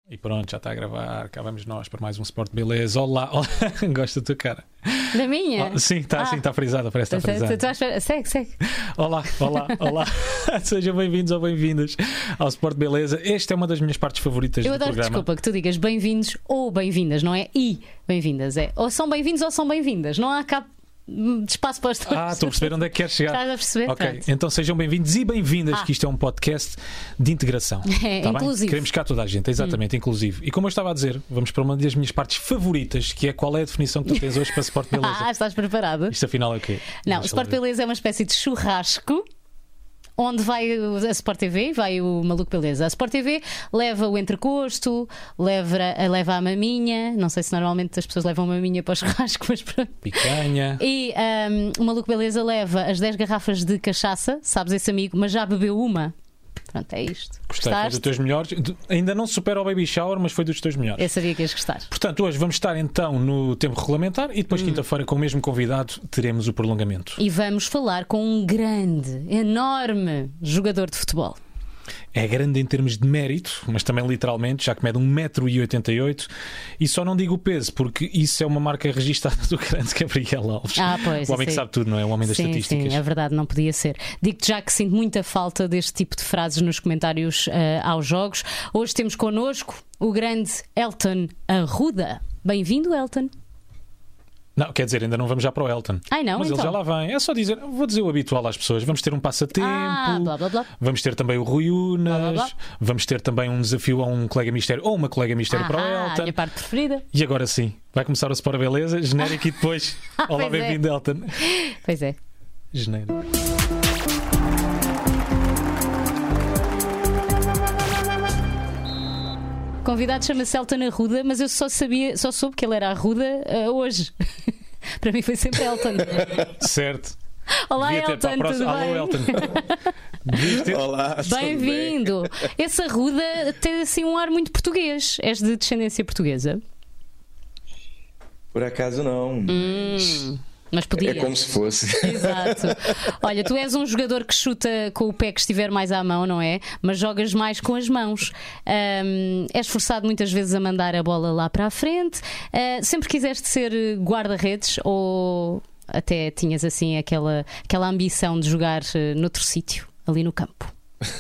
E pronto, já está a gravar. Cá vamos nós para mais um Sport Beleza. Olá, olá. Gosto da tua cara. Da minha? Oh, sim, está frisada, parece que está frisada. Segue. Olá. Sejam bem-vindos ou bem-vindas ao Sport Beleza. Esta é uma das minhas partes favoritas do programa. Desculpa, que tu digas bem-vindos ou bem-vindas, não é? E bem-vindas, é ou são bem-vindos ou são bem-vindas. Não há cá de espaço para as duas. Estou a perceber onde é que queres chegar. Estás a perceber? Ok, Pronto. então sejam bem-vindos e bem-vindas, que isto é um podcast de integração. Tá inclusive. Bem? Queremos cá toda a gente, exatamente, inclusive. E como eu estava a dizer, vamos para uma das minhas partes favoritas, que é qual é a definição que tu tens hoje para Sport Beleza. Estás preparado? Isto afinal é o quê? Não, Sport Beleza é uma espécie de churrasco onde vai a Sport TV, vai o Maluco Beleza. A Sport TV leva o entrecosto, leva a maminha. Não sei se normalmente as pessoas levam a maminha para o churrasco, mas pronto. Picanha. E o Maluco Beleza leva as 10 garrafas de cachaça, sabes esse amigo, mas já bebeu uma. Pronto, é isto. Gostei, foi dos teus melhores. Ainda não supera o Baby Shower, mas foi dos teus melhores. Eu sabia que ias gostar. Portanto, hoje vamos estar então no tempo regulamentar e depois quinta-feira, com o mesmo convidado, teremos o prolongamento. E vamos falar com um grande, enorme jogador de futebol. É grande em termos de mérito, mas também literalmente, já que mede 1,88 m. E só não digo o peso, porque isso é uma marca registada do grande Gabriel Alves. Pois, o homem que sabe tudo, não é? O homem das estatísticas. Sim, é verdade, não podia ser. Digo-te já que sinto muita falta deste tipo de frases nos comentários aos jogos. Hoje temos connosco o grande Elton Arruda. Bem-vindo, Elton. Não, quer dizer, ainda não vamos já para o Elton. Não, mas então. ele já lá vem. É só dizer, vou dizer o habitual às pessoas. Vamos ter um passatempo, blá, blá, blá. Vamos ter também o Rui Unas, blá, blá. Vamos ter também um desafio a um colega mistério ou uma colega mistério para o Elton. A minha parte preferida. E agora sim, vai começar o Sport Beleza, genérico e depois. Olá, bem-vindo, Elton. Pois é. Janeiro. O convidado chama-se Elton Arruda, mas eu só soube que ele era Arruda hoje. Para mim foi sempre Elton. Certo. Olá, Elton, tudo bem? Alô, Elton. Olá, bem-vindo. Esse Arruda tem assim um ar muito português. És de descendência portuguesa? Por acaso não. Mas podia. É como se fosse. Exato. Olha, tu és um jogador que chuta com o pé que estiver mais à mão, não é? Mas jogas mais com as mãos. És forçado muitas vezes a mandar a bola lá para a frente. Sempre quiseste ser guarda-redes ou até tinhas assim aquela ambição de jogar noutro sítio, ali no campo?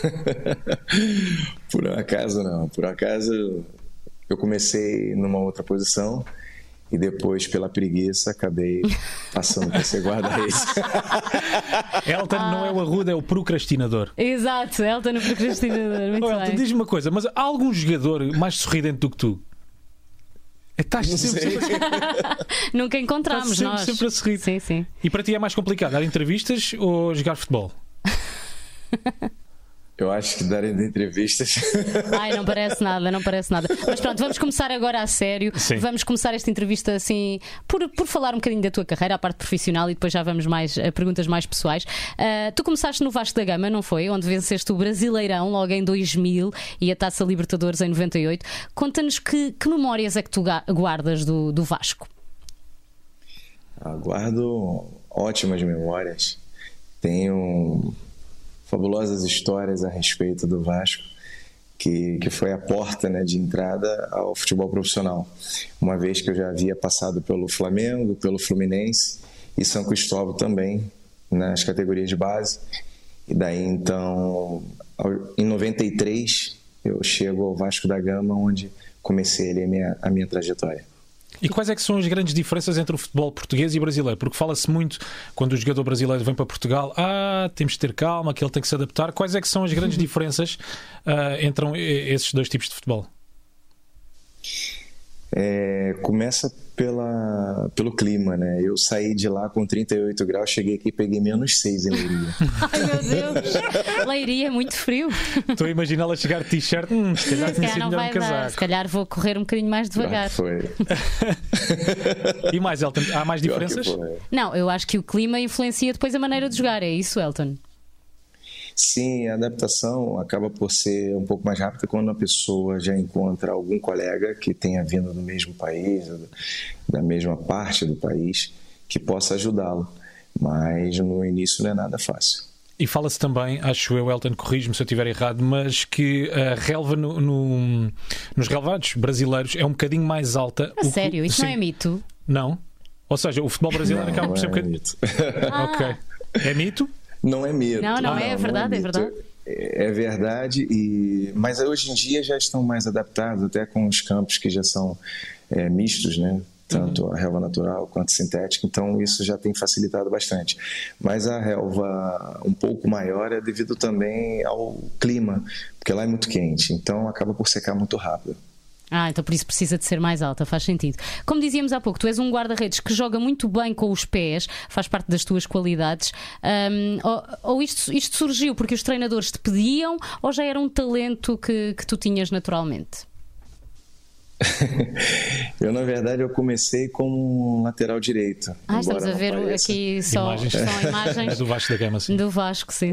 Por acaso não. Por acaso eu comecei numa outra posição. E depois, pela preguiça, acabei passando para ser guarda-redes. Elton não é o Arruda, é o procrastinador. Exato, Elton o procrastinador. Muito Elton, bem. diz-me uma coisa, mas há algum jogador mais sorridente do que tu? Estás sempre Nunca encontramos nós. Sempre a sorrir. Sim. E para ti é mais complicado dar entrevistas ou jogar futebol? Eu acho que darem de entrevistas. Não parece nada. Mas pronto, vamos começar agora a sério. Sim. Vamos começar esta entrevista assim por falar um bocadinho da tua carreira, a parte profissional, e depois já vamos mais a perguntas mais pessoais. Tu começaste no Vasco da Gama, não foi? Onde venceste o Brasileirão logo em 2000 e a Taça Libertadores em 98. Conta-nos que memórias é que tu guardas do Vasco? Guardo ótimas memórias. Tenho fabulosas histórias a respeito do Vasco, que foi a porta, né, de entrada ao futebol profissional. Uma vez que eu já havia passado pelo Flamengo, pelo Fluminense e São Cristóvão também, nas categorias de base. E daí, então, em 93, eu chego ao Vasco da Gama, onde comecei ali a minha trajetória. E quais é que são as grandes diferenças entre o futebol português e brasileiro? Porque fala-se muito, quando o jogador brasileiro vem para Portugal, temos de ter calma, que ele tem que se adaptar. Quais é que são as grandes diferenças entre esses dois tipos de futebol? Começa pelo clima, né? Eu saí de lá com 38 graus, cheguei aqui e peguei -6 em Leiria. Ai, meu Deus! Leiria é muito frio. Estou a imaginá-la chegar de t-shirt, se calhar tinha sido não melhor vai um casaco. dar. Se calhar vou correr um bocadinho mais devagar. Foi. E mais, Elton, há mais diferenças? Não, eu acho que o clima influencia depois a maneira de jogar, é isso, Elton? Sim, a adaptação acaba por ser um pouco mais rápida quando a pessoa já encontra algum colega que tenha vindo do mesmo país, da mesma parte do país, que possa ajudá-lo. Mas no início não é nada fácil. E fala-se também, acho eu, Elton, corrijo-me se eu estiver errado, mas que a relva nos relevados brasileiros é um bocadinho mais alta. Sério? Isso não é mito? Não. Ou seja, o futebol brasileiro acaba por ser um bocadinho... Mito. Ok. É mito? Não é mito. Não, é verdade, é verdade. É verdade, mas hoje em dia já estão mais adaptados, até com os campos que já são mistos, né? Tanto a relva natural quanto sintética, então isso já tem facilitado bastante. Mas a relva um pouco maior é devido também ao clima, porque lá é muito quente, então acaba por secar muito rápido. Então por isso precisa de ser mais alta, faz sentido. Como dizíamos há pouco, tu és um guarda-redes que joga muito bem com os pés, faz parte das tuas qualidades. Ou isto surgiu porque os treinadores te pediam, ou já era um talento que tu tinhas naturalmente? Eu, na verdade, eu comecei como lateral direito. Estamos a ver aqui só imagens É do Vasco da Gama, sim. Do Vasco, sim.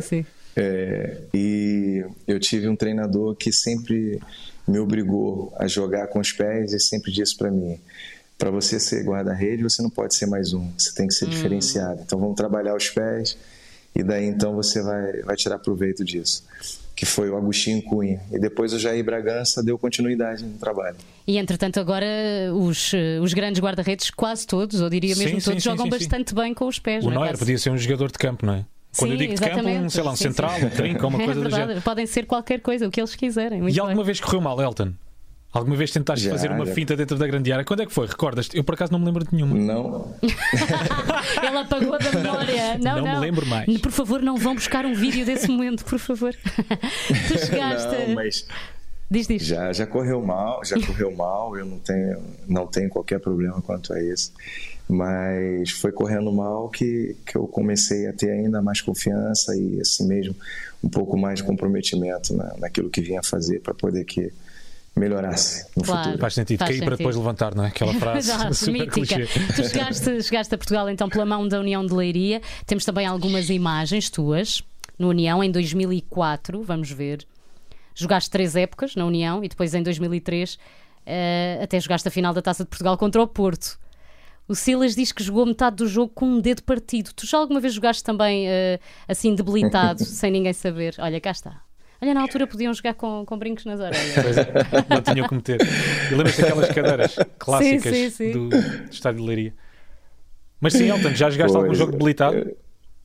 E eu tive um treinador que sempre me obrigou a jogar com os pés e sempre disse para mim: para você ser guarda-rede, você não pode ser mais um, você tem que ser diferenciado. Então vamos trabalhar os pés e daí então você vai tirar proveito disso. Que foi o Agostinho Cunha. E depois o Jair Bragança deu continuidade no trabalho. E entretanto agora os grandes guarda-redes, quase todos, ou diria mesmo todos, jogam bastante bem com os pés. O Neuer podia ser um jogador de campo, não é? Quando eu digo de campo, um central, um trinco, uma coisa do género. Podem ser qualquer coisa, o que eles quiserem. E alguma vez correu mal, Elton? Alguma vez tentaste fazer uma finta dentro da grande área? Quando é que foi? Recordas-te? Eu por acaso não me lembro de nenhuma. Não. Ele apagou da memória. Não me lembro mais. Por favor, não vão buscar um vídeo desse momento, por favor. Tu chegaste... Não, mas... Diz. Já correu mal, eu não tenho qualquer problema quanto a isso. Mas foi correndo mal que eu comecei a ter ainda mais confiança e assim mesmo um pouco mais de comprometimento naquilo que vinha fazer para poder que melhorasse no futuro. Faz sentido. Cair para depois levantar, não é? Aquela frase super clichê. Tu chegaste a Portugal então pela mão da União de Leiria. Temos também algumas imagens tuas no União em 2004, vamos ver. Jogaste 3 épocas na União e depois em 2003 até jogaste a final da Taça de Portugal contra o Porto. O Silas diz que jogou metade do jogo com um dedo partido. Tu já alguma vez jogaste também assim debilitado, sem ninguém saber? Olha, cá está. Olha, na altura podiam jogar com brincos nas orelhas. Pois é, não tinham como ter. E lembras-te daquelas cadeiras clássicas sim. do Estádio de Leiria. Mas sim, Elton, já jogaste algum jogo debilitado?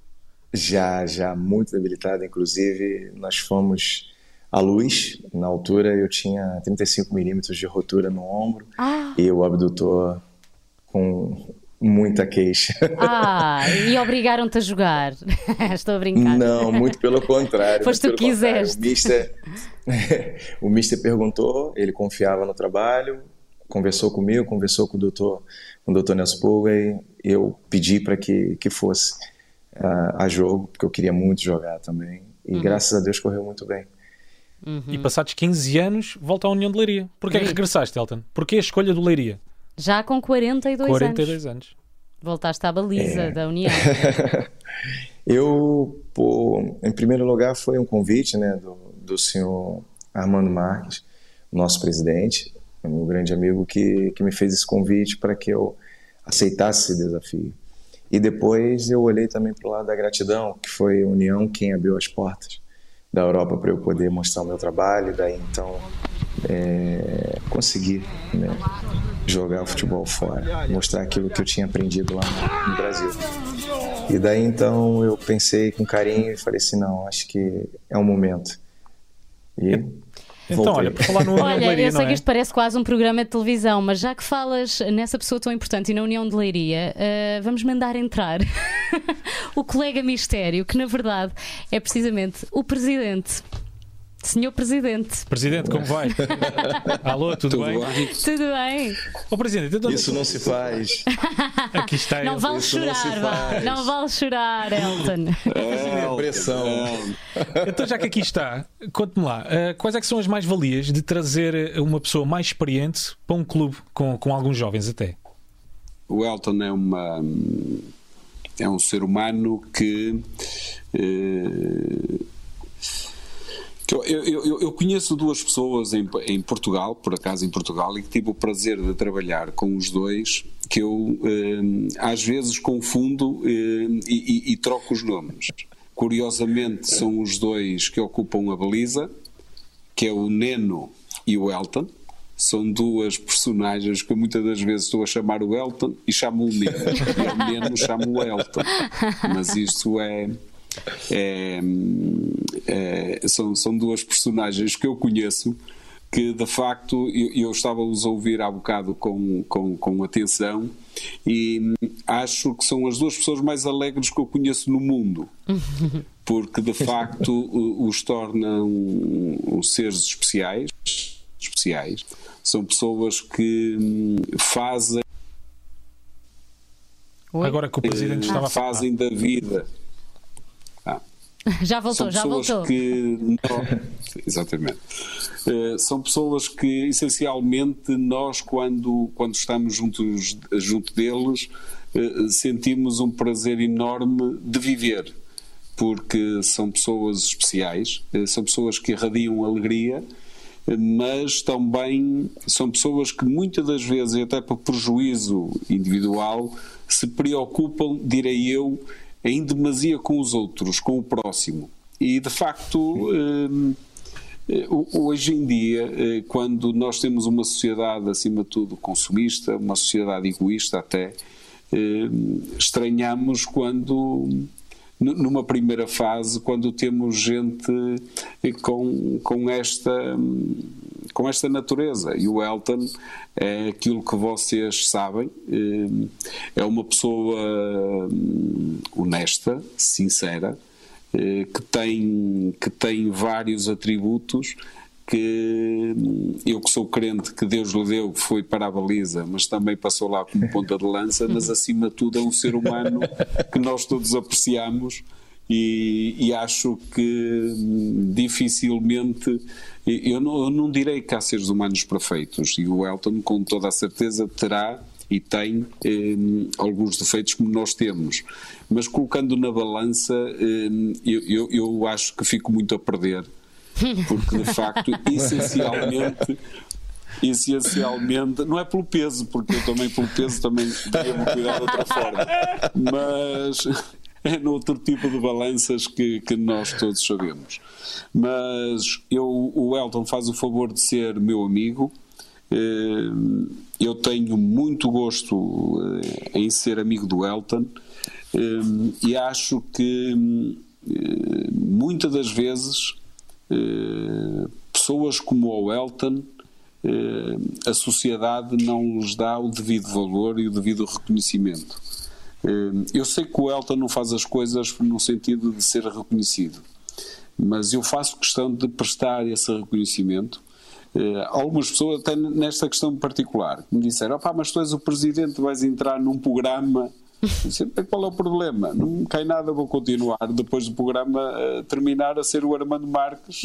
Já muito debilitado. Inclusive, nós fomos à Luz. Na altura eu tinha 35 milímetros de rotura no ombro e o abdutor com muita queixa. E obrigaram-te a jogar. Estou a brincar. Não, muito pelo contrário. Foste tu que quiseste. O mister perguntou, ele confiava no trabalho, conversou comigo, conversou com o doutor Nelson Pulga e eu pedi para que fosse a jogo, porque eu queria muito jogar também. E graças a Deus correu muito bem. E passados 15 anos, volta à União de Leiria. Porquê é que regressaste, Elton? Porquê a escolha do Leiria? Já com 42 anos. Voltaste à baliza da União. Em primeiro lugar, foi um convite, né, do senhor Armando Marques, nosso presidente, um grande amigo que me fez esse convite para que eu aceitasse esse desafio. E depois eu olhei também para o lado da gratidão, que foi a União quem abriu as portas da Europa para eu poder mostrar o meu trabalho, e daí então conseguir, né, jogar o futebol fora, mostrar aquilo que eu tinha aprendido lá no Brasil. E daí então eu pensei com carinho e falei assim, não, acho que é um momento. E então, voltei. olha, por falar no União de Leiria, eu sei que isto parece quase um programa de televisão, mas já que falas nessa pessoa tão importante e na União de Leiria, vamos mandar entrar o colega mistério, que na verdade é precisamente o presidente. Senhor Presidente. Presidente, como vai? Alô, tudo bem? Tudo bem. Ô, Presidente, então... Isso não se faz. Aqui está. Não vale chorar, não vale chorar, Elton. Pressão. Então, já que aqui está, conte-me lá, quais é que são as mais-valias de trazer uma pessoa mais experiente para um clube com alguns jovens até? O Elton é um ser humano que... Eu conheço 2 pessoas em Portugal, por acaso em Portugal, e que tive o prazer de trabalhar com os dois, que eu às vezes confundo e troco os nomes. Curiosamente, são os dois que ocupam a baliza, que é o Neno e o Elton. São duas personagens que eu muitas das vezes estou a chamar o Elton e chamo o Neno. E o Neno chamo o Elton. Mas isto são duas personagens que eu conheço, que de facto eu estava-os a ouvir há bocado com atenção, e acho que são as duas pessoas mais alegres que eu conheço no mundo, porque de facto os tornam seres especiais. São pessoas que fazem. Agora que o Presidente estava a falar. Fazem da vida. Já voltou. Exatamente. São pessoas que, essencialmente, nós, quando estamos junto deles, sentimos um prazer enorme de viver, porque são pessoas especiais, são pessoas que irradiam alegria, mas também são pessoas que muitas das vezes, até por prejuízo individual, se preocupam, direi eu, em demasia com os outros, com o próximo. E de facto, hoje em dia, quando nós temos uma sociedade acima de tudo consumista, uma sociedade egoísta até, estranhamos quando, numa primeira fase, quando temos gente com esta natureza. E o Elton é aquilo que vocês sabem, é uma pessoa honesta, sincera, que tem vários atributos que eu, que sou crente que Deus lhe deu, que foi para a baliza, mas também passou lá como ponta de lança, mas acima de tudo é um ser humano que nós todos apreciamos. E acho que dificilmente, eu não direi que há seres humanos perfeitos, e o Elton com toda a certeza terá e tem alguns defeitos como nós temos, mas colocando na balança, eu acho que fico muito a perder, porque de facto essencialmente, não é pelo peso, porque eu também pelo peso também devo cuidar de outra forma, mas é no outro tipo de balanças que nós todos sabemos. Mas o Elton faz o favor de ser meu amigo. Eu tenho muito gosto em ser amigo do Elton, e acho que muitas das vezes pessoas como o Elton, a sociedade não lhes dá o devido valor e o devido reconhecimento. Eu sei que o Elton não faz as coisas no sentido de ser reconhecido, mas eu faço questão de prestar esse reconhecimento. Algumas pessoas, até nesta questão particular, me disseram: mas tu és o presidente, vais entrar num programa. Qual é o problema? Não me cai nada, vou continuar depois do programa terminar a ser o Armando Marques,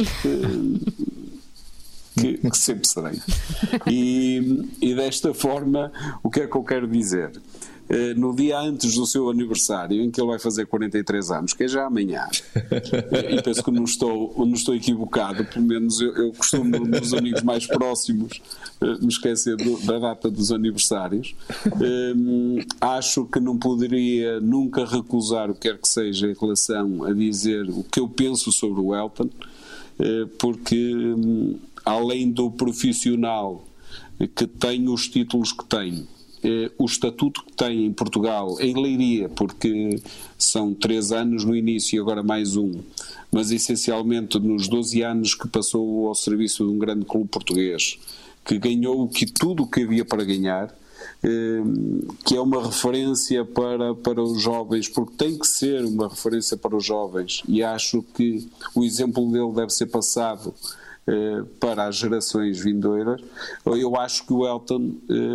que sempre serei. E desta forma, o que é que eu quero dizer? No dia antes do seu aniversário, em que ele vai fazer 43 anos, que é já amanhã, e penso que não estou equivocado, pelo menos eu costumo, nos amigos mais próximos, me esquecer da data dos aniversários. Acho que não poderia nunca recusar o que quer que seja em relação a dizer o que eu penso sobre o Elton, porque além do profissional que tem os títulos que tem, o estatuto que tem em Portugal, em Leiria, porque são 3 anos no início e agora mais um, mas essencialmente nos 12 anos que passou ao serviço de um grande clube português, que ganhou tudo o que havia para ganhar, que é uma referência para os jovens, porque tem que ser uma referência para os jovens, e acho que o exemplo dele deve ser passado para as gerações vindouras. Eu acho que o Elton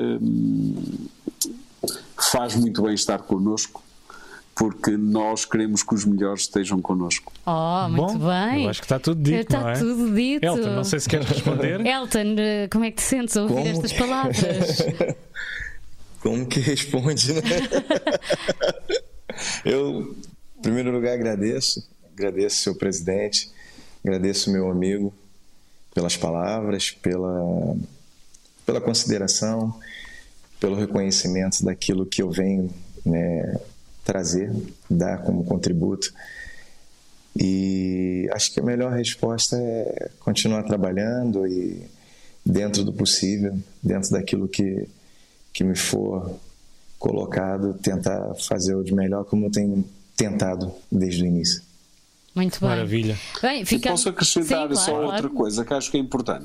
faz muito bem estar connosco, porque nós queremos que os melhores estejam connosco. Muito bem. Eu acho que está tudo dito. Está tudo dito. Elton, não sei se queres responder. Elton, como é que te sentes a ouvir estas palavras? Como que responde, né? Eu, em primeiro lugar, agradeço seu presidente, agradeço meu amigo pelas palavras, pela consideração, pelo reconhecimento daquilo que eu venho, né, trazer, dar como contributo. E acho que a melhor resposta é continuar trabalhando e, dentro do possível, dentro daquilo que me for colocado, tentar fazer o de melhor, como eu tenho tentado desde o início. Muito bem. Maravilha. Bem, Posso acrescentar só outra coisa que acho que é importante.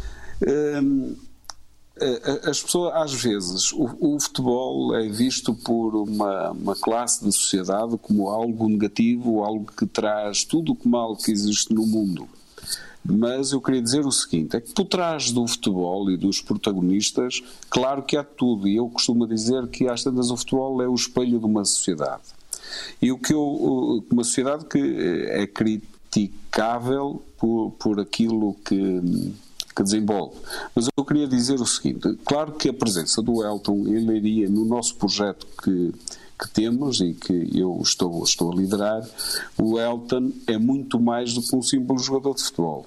As pessoas, às vezes, o futebol é visto por uma classe de sociedade como algo negativo, algo que traz tudo o mal que existe no mundo. Mas eu queria dizer o seguinte, é que por trás do futebol e dos protagonistas, claro que há tudo, e eu costumo dizer que às tantas o futebol é o espelho de uma sociedade. E uma sociedade que é criticável por aquilo que desenvolve. Mas eu queria dizer o seguinte, claro que a presença do Elton, ele iria no nosso projeto que temos e que eu estou a liderar, o Elton é muito mais do que um simples jogador de futebol.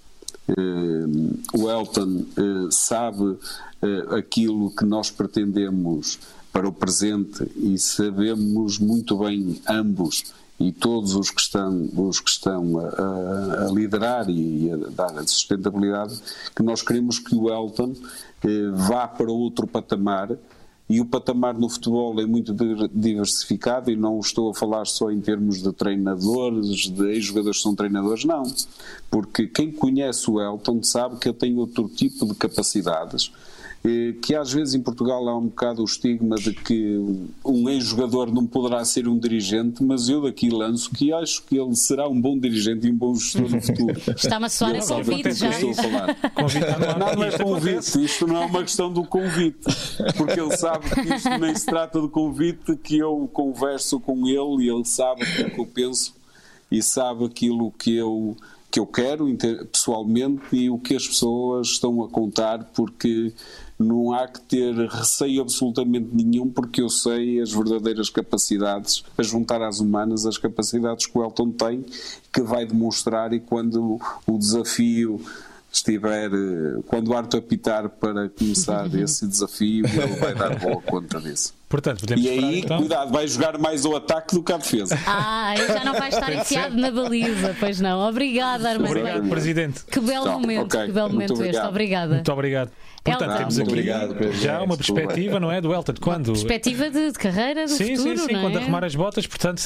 O Elton sabe aquilo que nós pretendemos para o presente e sabemos muito bem ambos e todos os que estão a liderar e a dar a sustentabilidade, que nós queremos que o Elton vá para outro patamar. E o patamar no futebol é muito diversificado, e não estou a falar só em termos de treinadores, de ex-jogadores que são treinadores, não. Porque quem conhece o Elton sabe que ele tem outro tipo de capacidades, que às vezes em Portugal há um bocado o estigma de que um ex-jogador não poderá ser um dirigente, mas eu daqui lanço que acho que ele será um bom dirigente e um bom gestor no futuro. Está-me a soar a convite já. Estou a falar. Não é convite, isto não é uma questão do convite, porque ele sabe que isto nem se trata de convite, que eu converso com ele e ele sabe aquilo que eu penso e sabe aquilo que eu quero pessoalmente e o que as pessoas estão a contar, porque não há que ter receio absolutamente nenhum, porque eu sei as verdadeiras capacidades, a juntar às humanas as capacidades que o Elton tem, que vai demonstrar, e quando o desafio estiver, quando o árbitro apitar para começar esse desafio, ele vai dar boa conta disso. Portanto, podemos e aí, então, cuidado, vai jogar mais ao ataque do que à defesa. Já não vai estar enfiado na baliza, pois não. Obrigada, Armando. Obrigado, Presidente. Que belo momento, okay. Que belo momento este. Obrigada. Muito obrigado. Portanto, temos aqui já uma perspectiva, não é? Do Elton. Quando? Perspectiva de carreira do futuro, sim, não é? Quando arrumar as botas, portanto,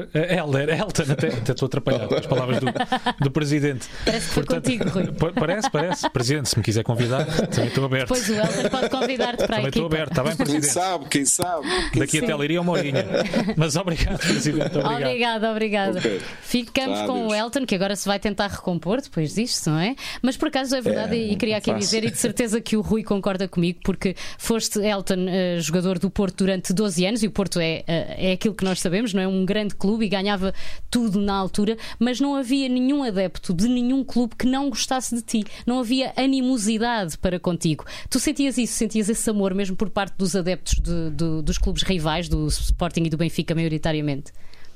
Elton, até estou atrapalhado com as palavras do Presidente. Parece que foi contigo, Rui. Parece. Presidente, se me quiser convidar, também estou aberto. Pois o Elton pode convidar-te para a equipa. Também estou aberto, está bem, Presidente? Quem sabe. Daqui até Leiria uma horinha. Mas obrigado, Presidente. Obrigada. Okay. Ficamos com o Elton, que agora se vai tentar recompor depois disto, não é? Mas por acaso é verdade, e queria aqui dizer, e de certeza que o Rui concorda comigo, porque foste, Elton, jogador do Porto durante 12 anos, e o Porto é aquilo que nós sabemos, não é? Um grande clube e ganhava tudo na altura, mas não havia nenhum adepto de nenhum clube que não gostasse de ti. Não havia animosidade para contigo. Tu sentias isso? Sentias esse amor mesmo por parte dos adeptos dos clubes rivais, do Sporting e do Benfica, maioritariamente?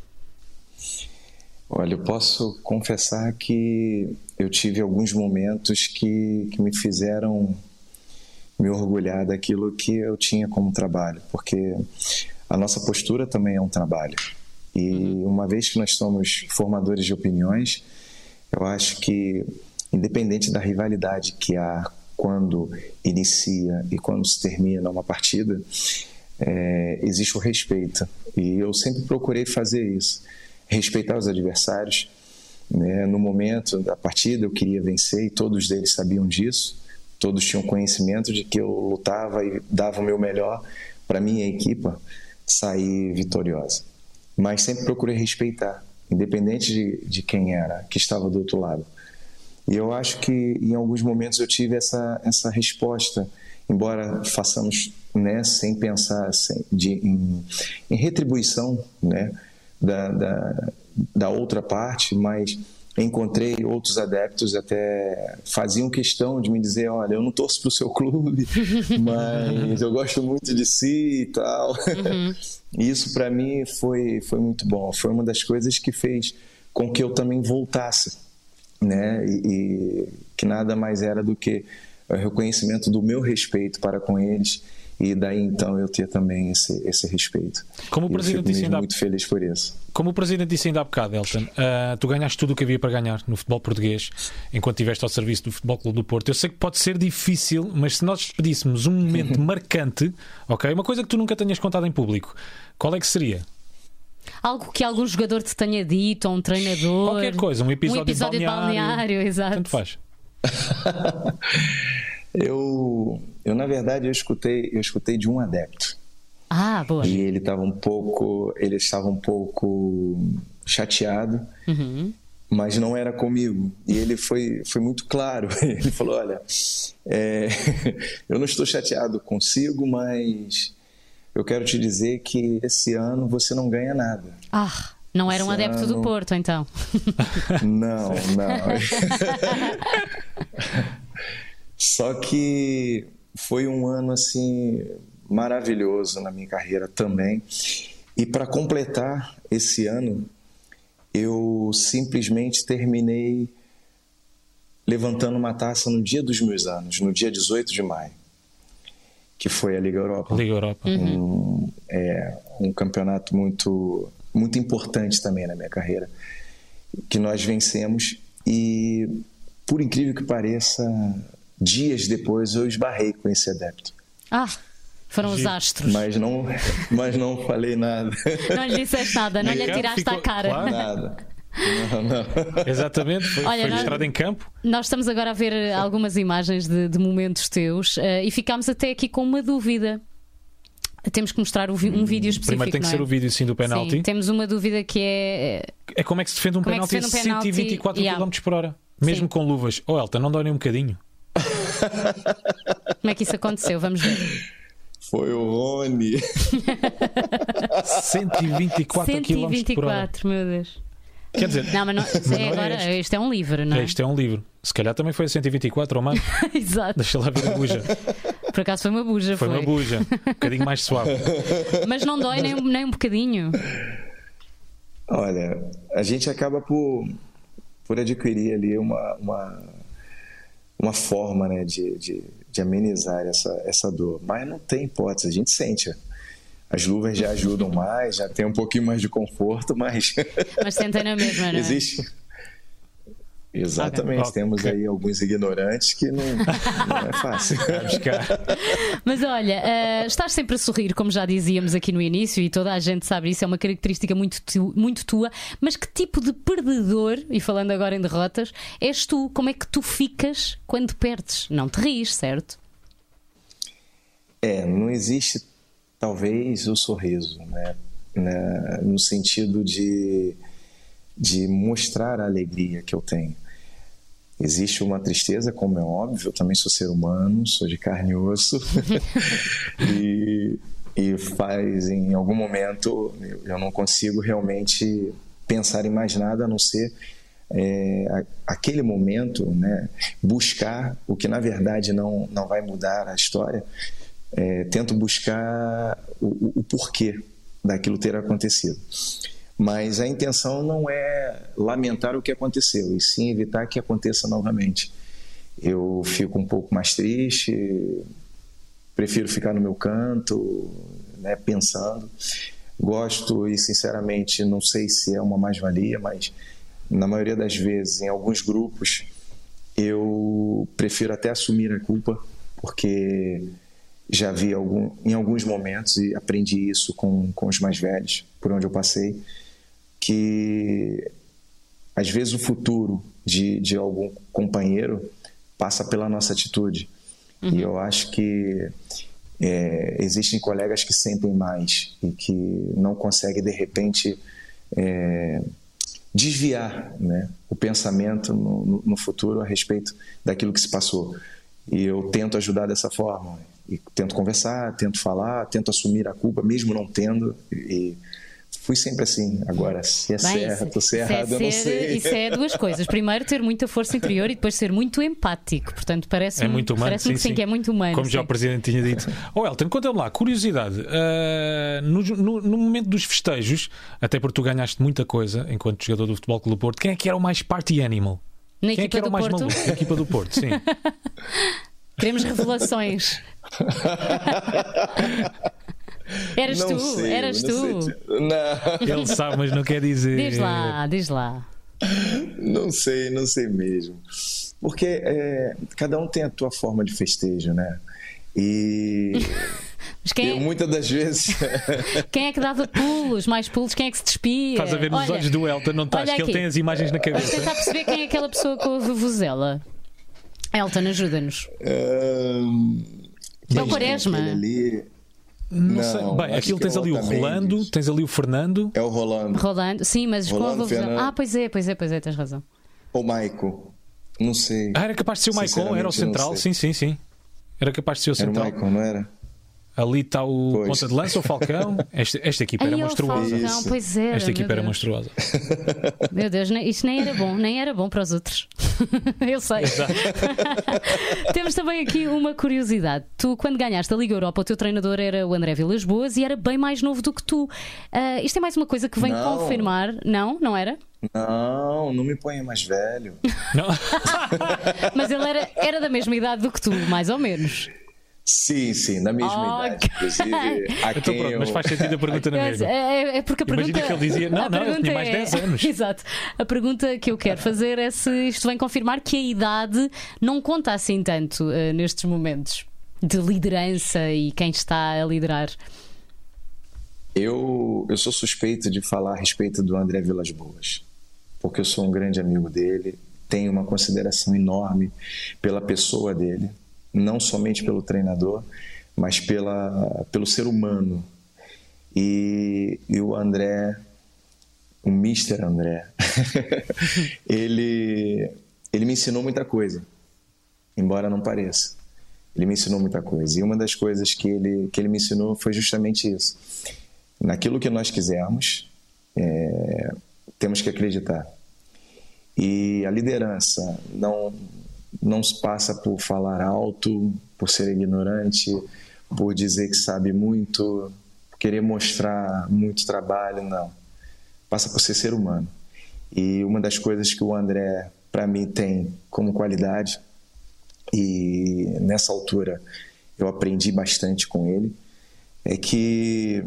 Olha, eu posso confessar que eu tive alguns momentos que me fizeram me orgulhar daquilo que eu tinha como trabalho, porque a nossa postura também é um trabalho. E uma vez que nós somos formadores de opiniões, eu acho que, independente da rivalidade que há quando inicia e quando se termina uma partida, existe o respeito. E eu sempre procurei fazer isso, respeitar os adversários, né? No momento da partida eu queria vencer e todos eles sabiam disso, todos tinham conhecimento de que eu lutava e dava o meu melhor para minha equipa sair vitoriosa. Mas sempre procurei respeitar, independente de quem era, que estava do outro lado. E eu acho que em alguns momentos eu tive essa resposta, embora façamos, né, sem pensar em retribuição, né, da outra parte, mas encontrei outros adeptos até faziam questão de me dizer: olha, eu não torço para o seu clube, mas eu gosto muito de si e tal. E isso para mim foi muito bom, foi uma das coisas que fez com que eu também voltasse, né? E que nada mais era do que o reconhecimento do meu respeito para com eles E daí então eu ter também esse respeito. Como o Presidente disse, muito feliz por isso. Como o Presidente disse ainda há bocado, Elton, tu ganhaste tudo o que havia para ganhar no futebol português enquanto estiveste ao serviço do Futebol Clube do Porto. Eu sei que pode ser difícil, mas se nós pedíssemos um momento marcante, ok, uma coisa que tu nunca tenhas contado em público, qual é que seria? Algo que algum jogador te tenha dito, ou um treinador. Qualquer coisa, um episódio de balneário, exato. Tanto faz. Eu na verdade eu escutei de um adepto. Boa. E ele estava um pouco chateado, mas não era comigo. E ele foi muito claro. Ele falou: olha, eu não estou chateado consigo, mas eu quero te dizer que esse ano você não ganha nada. Não era um adepto do Porto, então? Não. Só que foi um ano assim maravilhoso na minha carreira também. E para completar esse ano, eu simplesmente terminei levantando uma taça no dia dos meus anos, no dia 18 de maio, que foi a Liga Europa. Um campeonato muito, muito importante também na minha carreira, que nós vencemos. E, por incrível que pareça, dias depois eu esbarrei com esse adepto. Foram os astros. Mas não falei nada. Não lhe disseste nada, não lhe atiraste à cara. Claro. Nada. Não. Exatamente, foi mostrado em campo. Nós estamos agora a ver algumas imagens de momentos teus e ficámos até aqui com uma dúvida. Temos que mostrar um vídeo específico. Primeiro tem que ser o vídeo sim do penalti. Sim, temos uma dúvida que é como é que se defende um penalti a 124 km/h, mesmo com luvas. Elton, não dói nem um bocadinho? Como é que isso aconteceu? Vamos ver. Foi o Rony. 124 km/h. Meu Deus. Quer dizer, não, mas agora este é um livro, não é? Este é um livro. Se calhar também foi a 124 ou mais. Exato. Deixa lá ver a buja. Por acaso foi uma buja. Foi uma buja. Um bocadinho mais suave. Mas não dói nem um bocadinho. Olha, a gente acaba por adquirir ali uma forma, né, de amenizar essa dor. Mas não tem hipótese, a gente sente. As luvas já ajudam mais, já tem um pouquinho mais de conforto, mas sentem na mesma, né? Existe. Exatamente. Okay. Temos aí alguns ignorantes que não é fácil. Mas olha, estás sempre a sorrir, como já dizíamos aqui no início, e toda a gente sabe isso, é uma característica muito tua. Mas que tipo de perdedor, e falando agora em derrotas, és tu? Como é que tu ficas quando perdes? Não te rires, certo? Não existe talvez o sorriso, né? No sentido de mostrar a alegria que eu tenho. Existe uma tristeza, como é óbvio, eu também sou ser humano, sou de carne e osso, e faz em algum momento eu não consigo realmente pensar em mais nada a não ser aquele momento, né? Buscar o que na verdade não vai mudar a história. Tento buscar o porquê daquilo ter acontecido. Mas a intenção não é lamentar o que aconteceu, e sim evitar que aconteça novamente. Eu fico um pouco mais triste, prefiro ficar no meu canto, né, pensando. Gosto e, sinceramente, não sei se é uma mais-valia, mas na maioria das vezes, em alguns grupos, eu prefiro até assumir a culpa, porque já vi em alguns momentos, e aprendi isso com os mais velhos, por onde eu passei, que às vezes o futuro de algum companheiro passa pela nossa atitude. E eu acho que existem colegas que sentem mais e que não conseguem, de repente, desviar, né, o pensamento no futuro a respeito daquilo que se passou. E eu tento ajudar dessa forma. E tento conversar, tento falar, tento assumir a culpa, mesmo não tendo. E fui sempre assim. Agora, se é certo, se é errado, eu não sei. Isso é duas coisas. Primeiro, ter muita força interior, e depois ser muito empático. Portanto, parece-me muito humano, parece-me sim, que é muito humano. Como já o Presidente tinha dito. Elton, conta-me lá, curiosidade. No momento dos festejos, até porque tu ganhaste muita coisa enquanto jogador do Futebol Clube do Porto, quem é que era o mais party animal? Na quem é que era o mais maluco? Na equipa do Porto, sim. Queremos revelações. Eras Não tu? sei, Eras não tu? sei. Não, Ele sabe, mas não quer dizer. Diz lá. não sei mesmo. Porque cada um tem a tua forma de festejo, né? E Mas eu, muitas das vezes. quem é que dava pulos, mais pulos? Quem é que se despia? Estás a ver nos olhos do Elton, não estás? olha Que ele aqui. tem as imagens na Vamos cabeça. tentar perceber quem é aquela pessoa com a vuvuzela. Elton, ajuda-nos. É o Quaresma. Aquele ali, Não sei. Não, Bem, acho aquilo que tens é o ali o Otamendi. Rolando, tens ali o Fernando. é o Rolando. Rolando. Sim, mas com a Rolando vuvuzela. Fernando. Pois é, tens razão. Ou Maicon. Não sei. Ah, era capaz de ser o Maicon, Sinceramente, era o central. não sei. Sim. Era capaz de ser o Era o central. Maicon, não era? Ali está o Pois. ponta de lança, o Falcão. Esta equipa Aí era é o monstruosa. Falcão, Isso. pois era. Esta equipa meu era Deus. monstruosa. Meu Deus, isto nem era bom para os outros. Eu sei. Temos também aqui uma curiosidade. Tu, quando ganhaste a Liga Europa, o teu treinador era o André Vilas-Boas e era bem mais novo do que tu. Isto é mais uma coisa que vem Não. confirmar. Não era? Não me ponha mais velho. Não? Mas ele era da mesma idade do que tu, mais ou menos. Sim, na mesma idade. Inclusive, a Então quem pronto, mas faz sentido a pergunta na mesma. É porque a pergunta. Imagina que ele dizia, não, a eu pergunta tinha mais 10 anos. Exato. A pergunta que eu quero fazer é se isto vem confirmar que a idade não conta assim tanto nestes momentos de liderança e quem está a liderar. Eu sou suspeito de falar a respeito do André Vilas-Boas, porque eu sou um grande amigo dele, tenho uma consideração enorme pela pessoa dele, não somente pelo treinador, mas pelo ser humano. E o André, o Mr. André, ele me ensinou muita coisa, embora não pareça. Ele me ensinou muita coisa. E uma das coisas que ele me ensinou foi justamente isso. Naquilo que nós quisermos, temos que acreditar. E a liderança não se passa por falar alto, por ser ignorante, por dizer que sabe muito, querer mostrar muito trabalho, não. Passa por ser humano. E uma das coisas que o André, para mim, tem como qualidade, e nessa altura eu aprendi bastante com ele, é que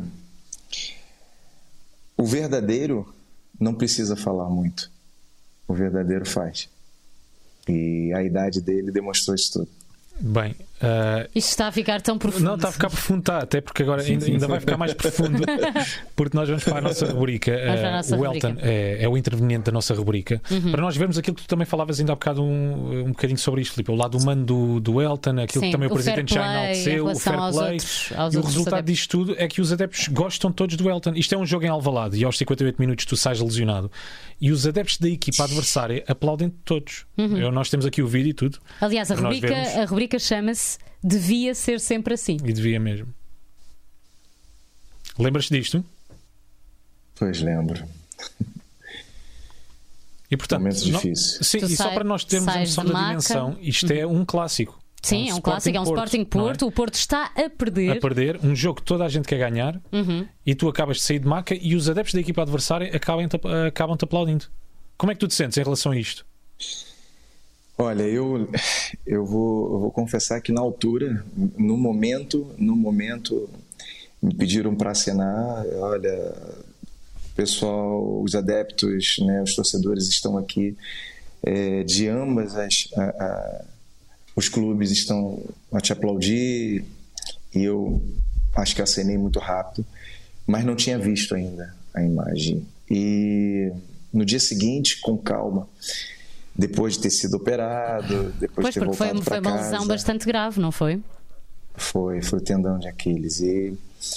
o verdadeiro não precisa falar muito. O verdadeiro faz. E a idade dele demonstrou isso tudo. Bem, Isto está a ficar tão profundo. não, está a ficar profundo, tá, até porque agora ainda vai ficar mais profundo, porque nós vamos para a nossa rubrica. Vamos para a nossa O Elton rubrica. é o interveniente da nossa rubrica. Para nós vermos aquilo que tu também falavas ainda há bocado um bocadinho sobre isto, Filipe, o lado humano do Elton, aquilo Sim, que também o o fair presidente já play em enalteceu, o relação fair aos play. outros E o adeptos. resultado disto tudo é que os adeptos gostam todos do Elton. Isto é um jogo em Alvalade e aos 58 minutos tu sais lesionado. E os adeptos da equipa adversária aplaudem todos. Nós temos aqui o vídeo e tudo. Aliás, para nós vermos. a rubrica chama-se Devia Ser Sempre Assim. E devia mesmo. Lembras-te disto? Pois lembro. E portanto, Momentos difíceis. Sim, Tu e só para nós termos a sais noção de da maca. dimensão, isto é um clássico. Sim, é um clássico, é um Sporting Porto. não O Porto está a é? perder. A perder, um jogo que toda a gente quer ganhar e tu acabas de sair de maca e os adeptos da equipa adversária acabam-te aplaudindo. Como é que tu te sentes em relação a isto? Olha, eu vou confessar que na altura, no momento, me pediram para acenar. Olha, pessoal, os adeptos, né, os torcedores estão aqui de ambas os clubes estão a te aplaudir, e eu acho que acenei muito rápido, mas não tinha visto ainda a imagem. E no dia seguinte, com calma, depois de ter sido operado, depois Pois, de ter porque foi voltado para uma casa, lesão bastante grave, não foi? foi o tendão de Aquiles. E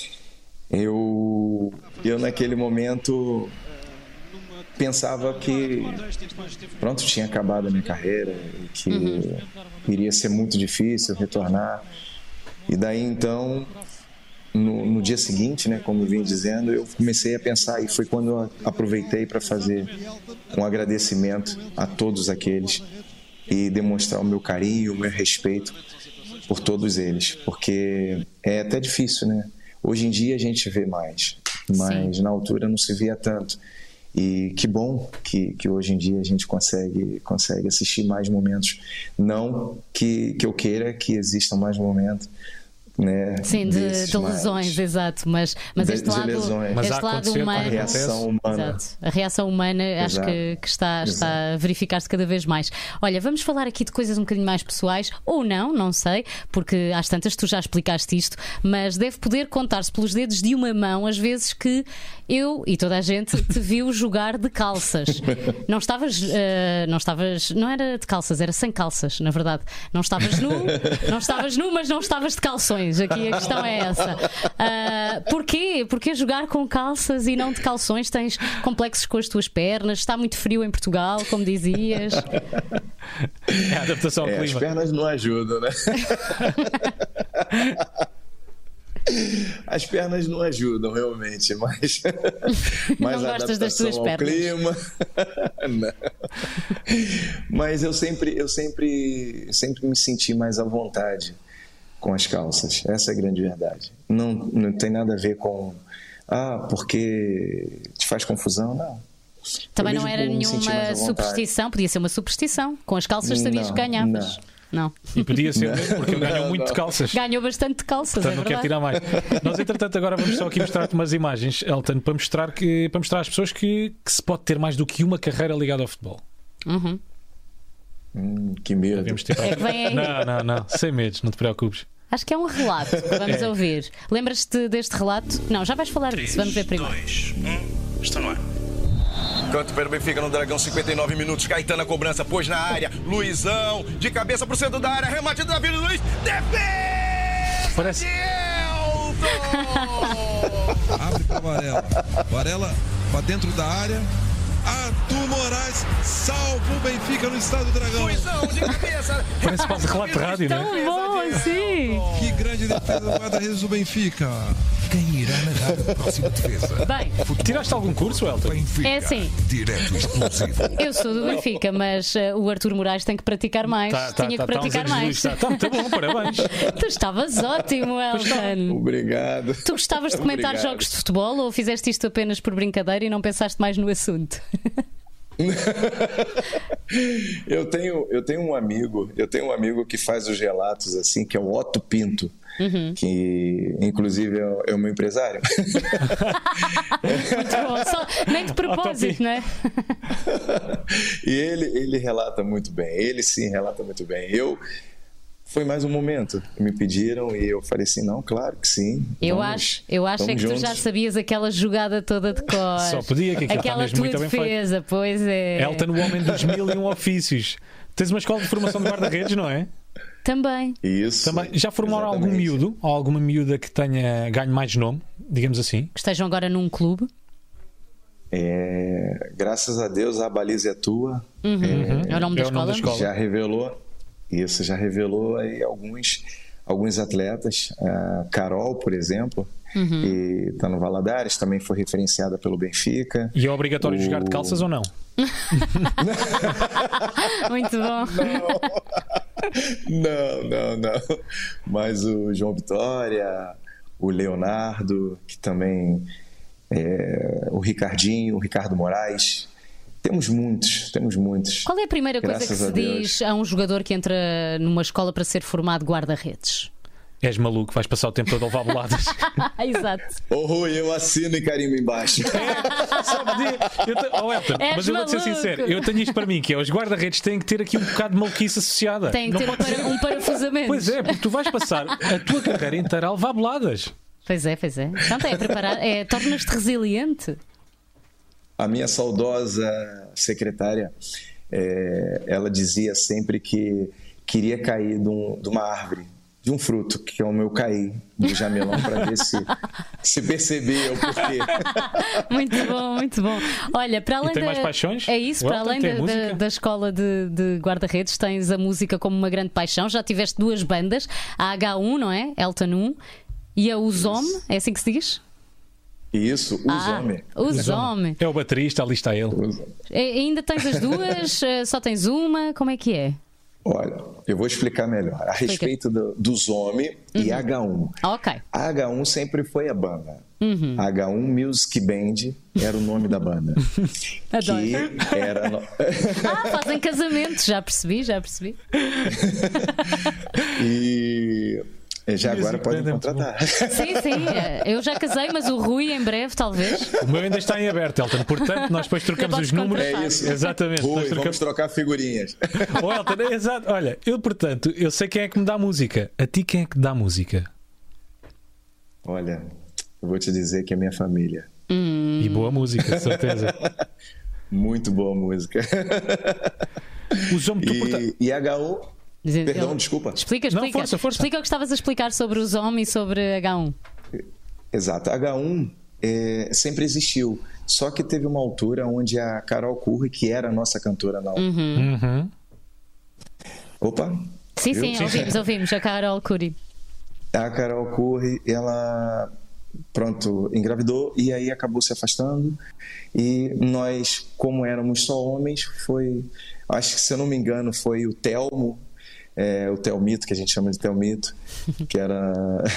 eu naquele momento pensava que pronto, tinha acabado a minha carreira e que iria ser muito difícil retornar. E daí então, no dia seguinte, né, como eu vim dizendo, eu comecei a pensar, e foi quando eu aproveitei para fazer um agradecimento a todos aqueles e demonstrar o meu carinho, o meu respeito por todos eles, porque é até difícil, né? Hoje em dia a gente vê mais, mas na altura não se via tanto. E que bom que hoje em dia a gente consegue assistir mais momentos. Não que eu queira que existam mais momentos, né? Sim, de lesões, exato. Mas este lado humano, a reação humana. Exato. A reação humana acho que está a verificar-se cada vez mais. Olha, vamos falar aqui de coisas um bocadinho mais pessoais, ou não sei, porque às tantas tu já explicaste isto, mas deve poder contar-se pelos dedos de uma mão as vezes que eu e toda a gente te viu jogar de calças. Não estavas, não era de calças, era sem calças, na verdade. Não estavas nu, mas não estavas de calções. Aqui a questão é essa. Porquê? Porquê jogar com calças e não de calções? Tens complexos com as tuas pernas? Está muito frio em Portugal, como dizias? É a adaptação ao clima. As pernas não ajudam, né? As pernas não ajudam realmente, mas não gostas das tuas ao pernas? Clima. Não. Mas eu sempre me senti mais à vontade com as calças. Essa é a grande verdade. Não tem nada a ver com porque te faz confusão, não. Também não era nenhuma superstição, podia ser uma superstição. Com as calças sabias que ganhavas. Não. E podia ser mesmo, porque ele ganhou muito de calças. Ganhou bastante de calças, portanto, não quer tirar mais. Nós, entretanto, agora vamos só aqui mostrar-te umas imagens, Elton, para mostrar às pessoas que se pode ter mais do que uma carreira ligada ao futebol. Uhum. Que medo. É que vem aí. Não, sem medos, não te preocupes. Acho que é um relato que vamos ouvir. Lembras-te deste relato? Não, já vais falar disso. Vamos ver primeiro. 2, 1, está no ar. Canto para o Benfica no Dragão, 59 minutos. Caetano a cobrança, pôs na área. Luizão, de cabeça pro centro da área. Remate do Davi Luiz. Defesa! Parece... Abre para Varela. Varela para dentro da área. Arthur Moraes salva o Benfica no estádio do Dragão. Luizão, de cabeça. Parece quase relato de rádio, né? Tão bom, sim. Que grande defesa do guarda-redes do Benfica. Quem irá narrar a próxima defesa? Bem, tiraste algum curso, Elton? Benfica. É assim. Direto exclusivo. Eu sou do Benfica, mas o Arthur Moraes tem que praticar mais. Tinha que praticar mais. Está muito bom, parabéns. Tu estavas ótimo, Elton. Obrigado. Tu gostavas de comentar jogos de futebol ou fizeste isto apenas por brincadeira e não pensaste mais no assunto? Eu tenho um amigo que faz os relatos assim, que é o Otto Pinto. Uhum. Que inclusive é o meu empresário. Muito bom. Nem de propósito, né? E ele relata muito bem. Ele sim relata muito bem. Foi mais um momento que me pediram e eu falei assim, não, claro que sim. Eu acho é que juntos. Tu já sabias aquela jogada toda de cor. Só podia, que aquela mesmo tua muito defesa, bem feito. Pois é. Elton, o homem dos 1001 ofícios. Tens uma escola de formação de guarda-redes, não é? Também. Isso. Também. Já formaram algum miúdo ou alguma miúda que tenha ganho mais nome, digamos assim? Que estejam agora num clube? Graças a Deus a baliza é tua. Uhum. É o nome da escola? Já revelou. Isso, já revelou aí alguns atletas. A Carol, por exemplo, que está no Valadares, também foi referenciada pelo Benfica. E é obrigatório jogar de calças ou não? Muito bom. Não. Mas o João Vitória, o Leonardo, que também o Ricardinho, o Ricardo Moraes. Temos muitos. Qual é a primeira coisa que se diz a um jogador que entra numa escola para ser formado guarda-redes? És maluco, vais passar o tempo todo a levar boladas. Exato. Rui, eu assino e carimbo embaixo. Mas eu vou-te ser sincero, eu tenho isto para mim, que é os guarda-redes têm que ter aqui um bocado de maluquice associada. Tem que ter um parafusamento. Pois é, porque tu vais passar a tua carreira inteira a levar boladas. Pois é. Portanto, preparar, tornas-te resiliente. A minha saudosa secretária, ela dizia sempre que queria cair de uma árvore, de um fruto, que é o meu cair, do jamelão, para ver se percebia o porquê. Muito bom. Olha, para além tem mais paixões? É isso, para além da escola de guarda-redes, tens a música como uma grande paixão. Já tiveste 2 bandas, a H1, não é? Elton 1, e a Uzome, é assim que se diz? Isso, Uzome. Uzome. É o baterista, ali está ele. Ainda tens as 2? Só tens uma? Como é que é? Olha, eu vou explicar melhor. A respeito dos homens e H1. Ok. A H1 sempre foi a banda. H1 Music Band era o nome da banda. Adoro. Que era... Fazem casamentos, já percebi. E já agora podem contratar. Sim, eu já casei, mas o Rui em breve, talvez. O meu ainda está em aberto, Elton. Portanto, nós depois trocamos os números. É isso. Exatamente. Rui, vamos trocar figurinhas. Oh, Elton, exato. Olha, eu sei quem é que me dá música. A ti quem é que dá música? Olha, eu vou te dizer que é minha família. E boa música, certeza. Muito boa música. Os homens e H1... Perdão, desculpa. Explica. Não, força. Explica o que estavas a explicar sobre os homens e sobre H1. Exato. H1 sempre existiu. Só que teve uma altura onde a Carol Curry, que era a nossa cantora na Opa! Sim, ouvimos a Carol Curry. A Carol Curry, ela engravidou e aí acabou se afastando. E nós, como éramos só homens, acho que, se eu não me engano, foi o Telmo. O Telmito, que a gente chama de Telmito, que era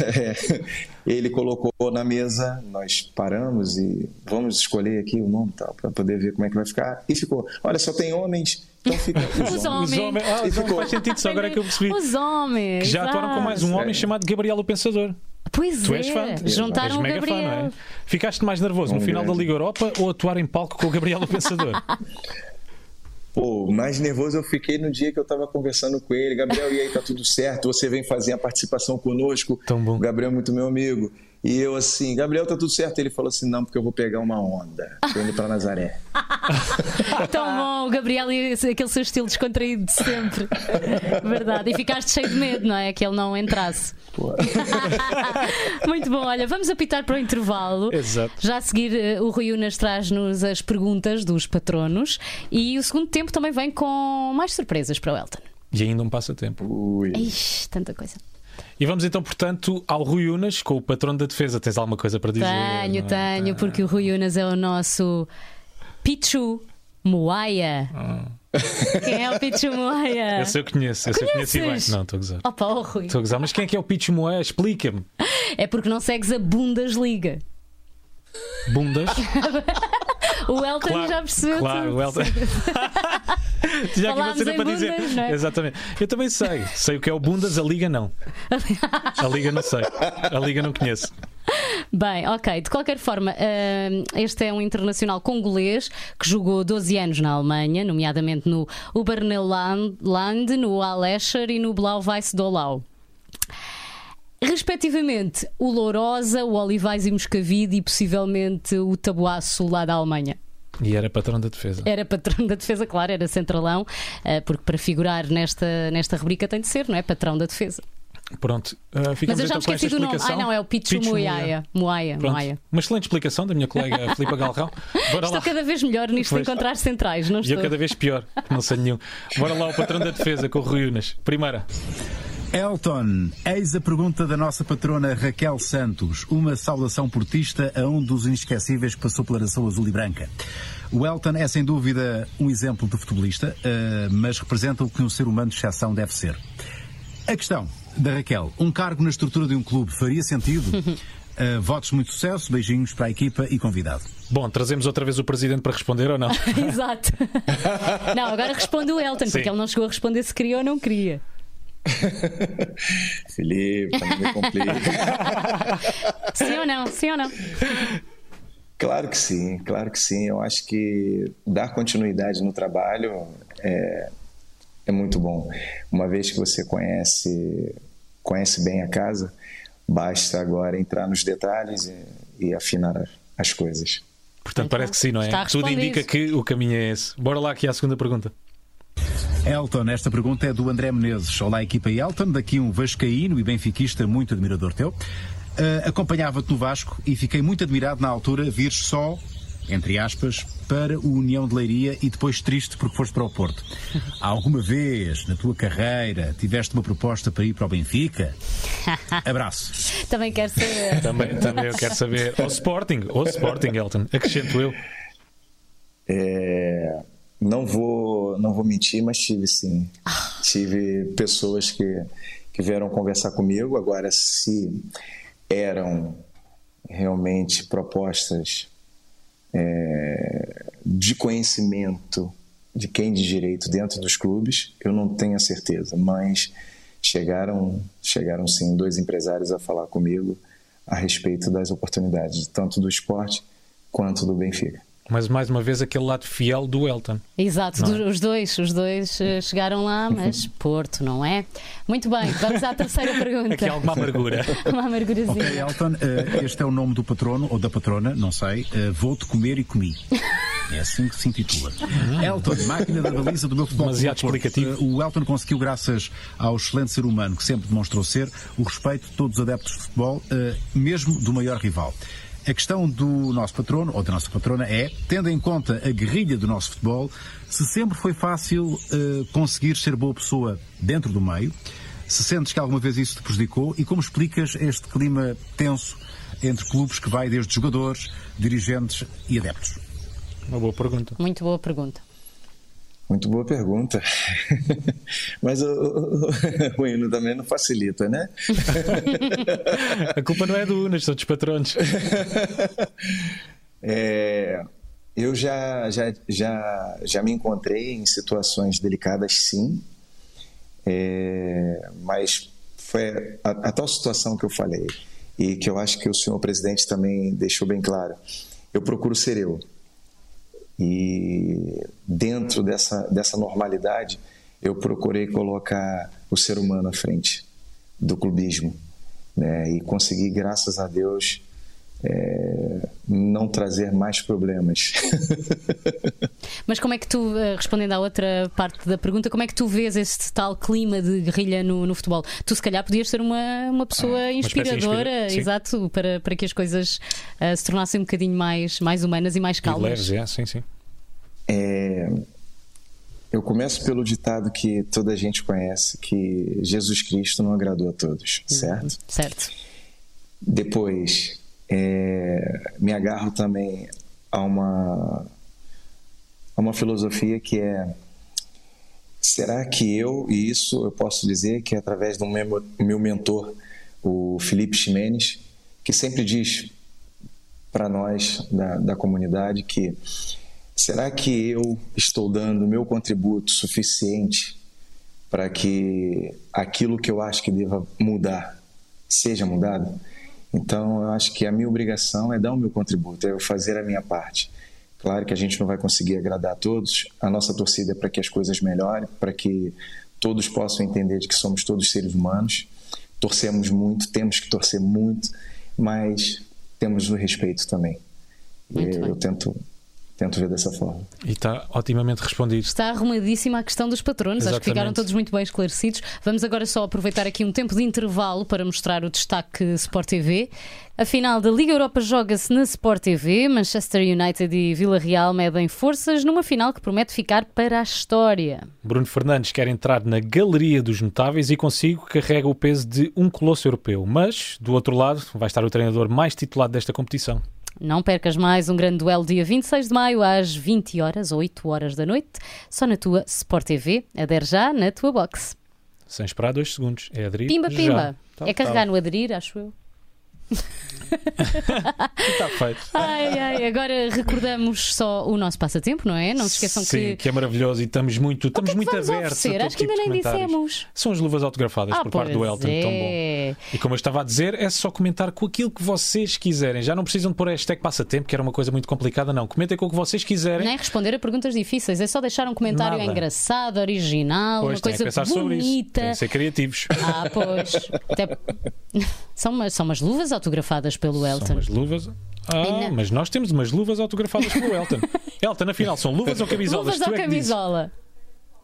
ele colocou na mesa, nós paramos e vamos escolher aqui o nome para poder ver como é que vai ficar, e ficou, olha, só tem homens, então fica os homens. Faz sentido, só agora é que eu percebi. Os homens, que já atuaram com mais um homem chamado Gabriel o Pensador. Pois tu és fã, juntaram o Gabriel. Fã, não é? Ficaste mais nervoso no final da Liga Europa ou atuar em palco com o Gabriel o Pensador? Pô, mais nervoso eu fiquei no dia que eu tava conversando com ele. Gabriel, e aí, tá tudo certo? Você vem fazer a participação conosco? Tão bom. O Gabriel é muito meu amigo. E eu assim, Gabriel, tá tudo certo? Ele falou assim, não, porque eu vou pegar uma onda. Tô indo pra Nazaré. Tão bom, o Gabriel e aquele seu estilo descontraído de sempre. Verdade. E ficaste cheio de medo, não é? Que ele não entrasse. Muito bom, olha, vamos apitar para o intervalo. Exato. Já a seguir o Rui Unas traz-nos as perguntas dos patronos e o segundo tempo também vem com mais surpresas para o Elton. E ainda um passatempo. Ixi, tanta coisa. E vamos então, portanto, ao Rui Unas com o patrono da defesa. Tens alguma coisa para dizer? Tenho, porque o Rui Unas é o nosso Pichu Moaia. Quem é o Pichu Moaia? Esse eu conheço. Esse eu conheço bem. Não, estou a gozar. Opa, Rui. Estou a gozar. Mas quem é que é o Pichu Moaia? Explica-me. É porque não segues a Bundesliga. Bundas? O Elton já percebeu. Claro, o Elton. Tinha aqui uma cena para dizer. Bundas, não é? Exatamente. Eu também sei. Sei o que é o Bundas, a Liga não. A Liga não sei. A Liga não conheço. Bem, ok. De qualquer forma, este é um internacional congolês que jogou 12 anos na Alemanha, nomeadamente no Ubernerland, no Alescher e no Blau-Weiß Dolau. Respectivamente, o Lourosa, o Olivais e Moscavide e possivelmente o Tabuaço lá da Alemanha. E era patrão da defesa. Era patrão da defesa, claro, era centralão, porque para figurar nesta rubrica tem de ser, não é? Patrão da defesa. Pronto, mas eu já me esqueci do nome. Não, é o Pichu Moaia. Moaia. Uma excelente explicação da minha colega Filipa Galrão. Estou cada vez melhor nisto de encontrar centrais, não estou? E eu cada vez pior, não sei nenhum. Bora lá, o patrão da defesa com o Rui Unas. Primeira. Elton, eis a pergunta da nossa patrona Raquel Santos. Uma saudação portista a um dos inesquecíveis que passou pela nação azul e branca. O Elton é sem dúvida um exemplo de futebolista, mas representa o que um ser humano de exceção deve ser. A questão da Raquel, um cargo na estrutura de um clube faria sentido? Votos de muito sucesso, beijinhos para a equipa e convidado. Bom, trazemos outra vez o Presidente para responder ou não? Exato. Não, agora responde o Elton, porque ele não chegou a responder se queria ou não queria. Filipe, não me complica. Sim ou não? Sim ou não? Claro que sim, claro que sim. Eu acho que dar continuidade no trabalho é muito bom. Uma vez que você conhece bem a casa, basta agora entrar nos detalhes e afinar as coisas. Portanto, parece que sim, não é? Tudo indica que o caminho é esse. Bora lá aqui à segunda pergunta. Elton, esta pergunta é do André Menezes. Olá, equipa Elton, daqui um vascaíno e benfiquista muito admirador teu. Acompanhava-te no Vasco e fiquei muito admirado na altura vires só, entre aspas, para o União de Leiria e depois triste porque foste para o Porto. Alguma vez na tua carreira tiveste uma proposta para ir para o Benfica? Abraço. Também quero saber. Também eu quero saber. Ou Sporting, Elton, acrescento eu. Não vou mentir, mas tive sim. Tive pessoas que vieram conversar comigo. Agora, se eram realmente propostas de conhecimento de quem de direito dentro dos clubes, eu não tenho a certeza, mas chegaram sim 2 empresários a falar comigo a respeito das oportunidades, tanto do esporte quanto do Benfica. Mas mais uma vez aquele lado fiel do Elton. Exato, os dois chegaram lá, mas Porto, não é? Muito bem, vamos à terceira pergunta. Aqui há alguma amargura. Uma amargurazinha. Ok, Elton, este é o nome do patrono ou da patrona, não sei. Vou-te comer e comi. É assim que se intitula. Elton, máquina da baliza do meu futebol. Demasiado explicativo. O Elton conseguiu, graças ao excelente ser humano que sempre demonstrou ser, o respeito de todos os adeptos de futebol, mesmo do maior rival. A questão do nosso patrono, ou da nossa patrona, é, tendo em conta a guerrilha do nosso futebol, se sempre foi fácil conseguir ser boa pessoa dentro do meio, se sentes que alguma vez isso te prejudicou, e como explicas este clima tenso entre clubes que vai desde jogadores, dirigentes e adeptos? Uma boa pergunta. Muito boa pergunta. Muito boa pergunta. Mas o hino também não facilita, né? A culpa não é do Unas, são dos patronos. Eu já me encontrei em situações delicadas, sim. Mas foi a tal situação que eu falei e que eu acho que o senhor presidente também deixou bem claro. Eu procuro ser eu. E dentro dessa normalidade, eu procurei colocar o ser humano à frente do clubismo, né? E consegui, graças a Deus, não trazer mais problemas. Mas como é que tu, respondendo à outra parte da pergunta, como é que tu vês este tal clima de guerrilha no futebol? Tu se calhar podias ser uma pessoa inspiradora, exato, para que as coisas se tornassem um bocadinho mais humanas e mais calmas. E leves, sim. Eu começo pelo ditado que toda a gente conhece, que Jesus Cristo não agradou a todos, certo? Certo. Depois, me agarro também a uma filosofia que será que e isso eu posso dizer que é através do meu mentor, o Felipe Ximenes, que sempre diz para nós da comunidade que será que eu estou dando o meu contributo suficiente para que aquilo que eu acho que deva mudar seja mudado? Então, eu acho que a minha obrigação é dar o meu contributo, é eu fazer a minha parte. Claro que a gente não vai conseguir agradar a todos, a nossa torcida é para que as coisas melhorem, para que todos possam entender de que somos todos seres humanos, torcemos muito, temos que torcer muito, mas temos o respeito também. Eu tento ver dessa forma. E está otimamente respondido. Está arrumadíssima a questão dos patronos. Exatamente. Acho que ficaram todos muito bem esclarecidos. Vamos agora só aproveitar aqui um tempo de intervalo para mostrar o destaque Sport TV. A final da Liga Europa joga-se na Sport TV. Manchester United e Vila Real medem forças numa final que promete ficar para a história. Bruno Fernandes quer entrar na galeria dos notáveis e consigo carrega o peso de um colosso europeu. Mas, do outro lado, vai estar o treinador mais titulado desta competição. Não percas mais um grande duelo dia 26 de maio às 20 horas ou 8 horas da noite, só na tua Sport TV. Adere já na tua box. Sem esperar 2 segundos. É aderir. Pimba. Já. É carregar no aderir, acho eu. Está feito. Agora recordamos só o nosso passatempo, não é? Não se esqueçam que é maravilhoso e estamos muito abertos a todo acho que tipo ainda nem de comentários. dissemos. São as luvas autografadas por parte do Elton, tão bom. E como eu estava a dizer, é só comentar com aquilo que vocês quiserem. Já não precisam de pôr hashtag passatempo, que era uma coisa muito complicada, não. Comentem com o que vocês quiserem. Nem responder a perguntas difíceis, é só deixar um comentário engraçado, original, pois, uma coisa tem que pensar bonita. Sobre isso. Tem que ser criativos. Pois. São umas luvas autografadas pelo Elton. São umas luvas. Mas nós temos umas luvas autografadas pelo Elton. Elton, afinal, são luvas ou camisolas? Luvas ou camisola?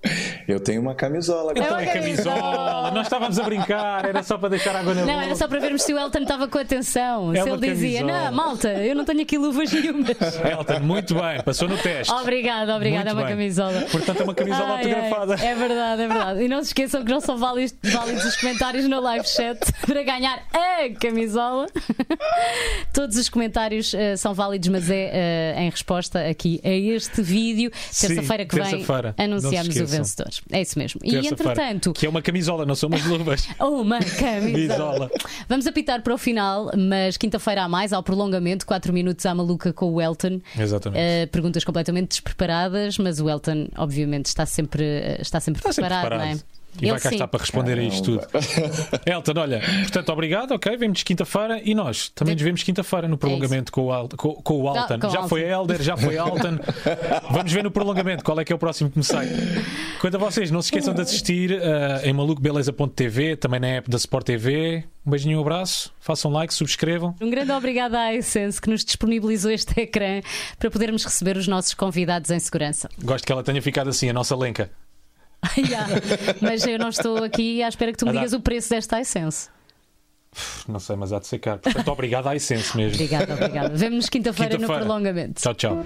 Eu tenho uma camisola agora. Então é camisola. Nós estávamos a brincar, era só para deixar água na boca. Não, era só para vermos se o Elton estava com atenção. É Se uma ele dizia, camisola. não, malta, eu não tenho aqui luvas nenhumas. Elton, muito bem, passou no teste. Obrigada, Muito é uma bem. camisola. Portanto, é uma camisola Ai, autografada. é verdade, é verdade. E não se esqueçam que não são válidos os comentários no live chat para ganhar a camisola. Todos os comentários são válidos, mas é em resposta aqui a este vídeo. Terça-feira que vem terça-feira. anunciamos Não se o esqueçam. vencedor. É isso mesmo. E Terça-feira. entretanto, Que é uma camisola, não são umas luvas. uma camisola. Bisola. Vamos apitar para o final, mas quinta-feira há mais, ao prolongamento, 4 minutos à maluca com o Elton. Exatamente. Perguntas completamente despreparadas, mas o Elton, obviamente, está sempre Está sempre preparado, preparado. não é? E vai cá estar para responder a isto tudo. Elton, olha, portanto, obrigado, ok, vemos quinta-feira e nós também nos vemos quinta-feira no prolongamento com o Alton. com o Já Alton. foi Helder, já foi Alton. Vamos ver no prolongamento qual é que é o próximo que me sai. Quanto a vocês, não se esqueçam de assistir em malucobeleza.tv, também na app da Sport TV. Um beijinho e um abraço, façam like, subscrevam. Um grande obrigado à iSense que nos disponibilizou este ecrã para podermos receber os nossos convidados em segurança. Gosto que ela tenha ficado assim, a nossa lenca. Mas eu não estou aqui à espera que tu me A dar- digas o preço desta iSense. Não sei, mas há de ser caro. Portanto, obrigado à iSense mesmo. Obrigada. Vemo-nos quinta-feira no Quinta-feira. prolongamento. Tchau, tchau.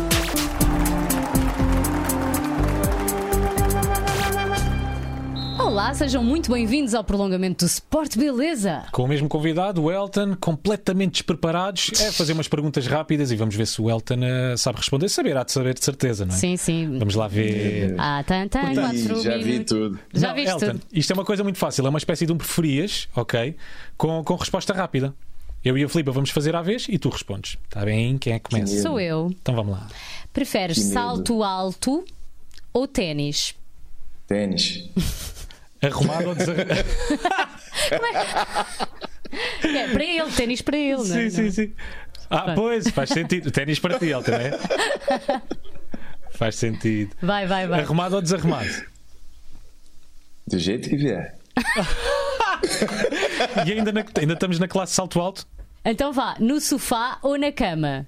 Olá, sejam muito bem-vindos ao prolongamento do Sport Beleza. Com o mesmo convidado, o Elton, completamente despreparados, é fazer umas perguntas rápidas e vamos ver se o Elton sabe responder. Há de saber de certeza, não é? Sim, sim. Vamos lá ver. Ih, já vi tudo. Já Não, viste Elton, tudo? isto é uma coisa muito fácil, é uma espécie de um preferias, ok? Com resposta rápida. Eu e a Filipa vamos fazer à vez e tu respondes. Está bem? Quem é que começa? Sou eu. Então vamos lá. Preferes Que medo. salto alto ou ténis? Tênis. Arrumado ou desarrumado? É, para ele, ténis para ele, não é? Sim. Ah, pois, faz sentido. Ténis para ti, Elton, não é? Faz sentido. Vai. Arrumado ou desarrumado? Do jeito que vier. E ainda estamos na classe salto alto? Então vá, no sofá ou na cama?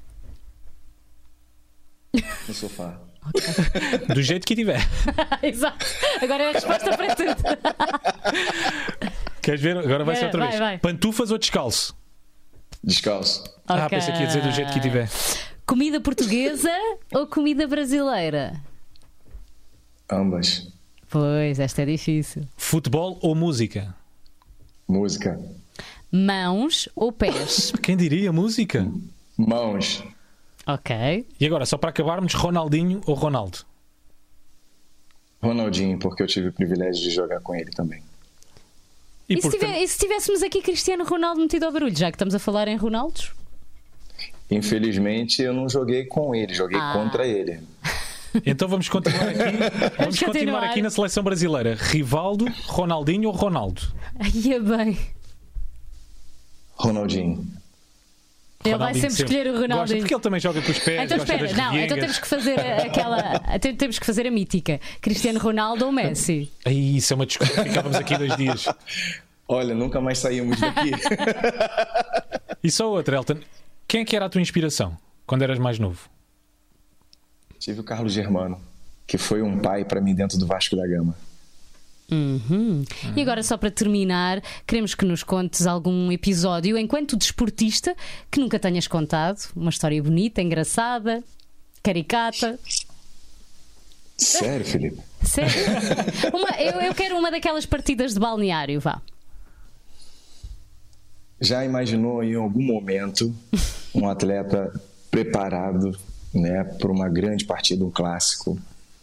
No sofá. Do jeito que tiver. Exato. Agora é a resposta para tudo. Queres ver? Agora vai ser outra Vai, vez. vai. Pantufas ou descalço? Descalço. Ah, Ok. pensei que ia dizer do jeito que tiver. Comida portuguesa ou comida brasileira? Ambas. Pois, esta é difícil. Futebol ou música? Música. Mãos ou pés? Quem diria música? Mãos. Ok. E agora, só para acabarmos, Ronaldinho ou Ronaldo? Ronaldinho, porque eu tive o privilégio de jogar com ele também. E se tivéssemos aqui Cristiano Ronaldo metido ao barulho, já que estamos a falar em Ronaldos? Infelizmente, eu não joguei com ele, joguei contra ele. Então vamos continuar aqui. Vamos continuar aqui na seleção brasileira. Rivaldo, Ronaldinho ou Ronaldo? Ai, é bem. Ronaldinho. Ele vai Ronaldinho sempre escolher o Gosta, Ronaldinho. porque ele também joga com os pés. Então gosta espera, das não, então reviengas. temos que fazer temos que fazer a mítica. Cristiano Ronaldo ou Messi? Ai, isso é uma desculpa. Ficávamos aqui 2 dias. Olha, nunca mais saímos daqui. E só outra, Elton. Quem é que era a tua inspiração quando eras mais novo? Tive o Carlos Germano, que foi um pai para mim dentro do Vasco da Gama. E agora, só para terminar, queremos que nos contes algum episódio enquanto desportista que nunca tenhas contado. Uma história bonita, engraçada, caricata. Sério, Felipe? Sério? Eu quero uma daquelas partidas de balneário, vá. Já imaginou em algum momento um atleta preparado, né, para uma grande partida, um clássico?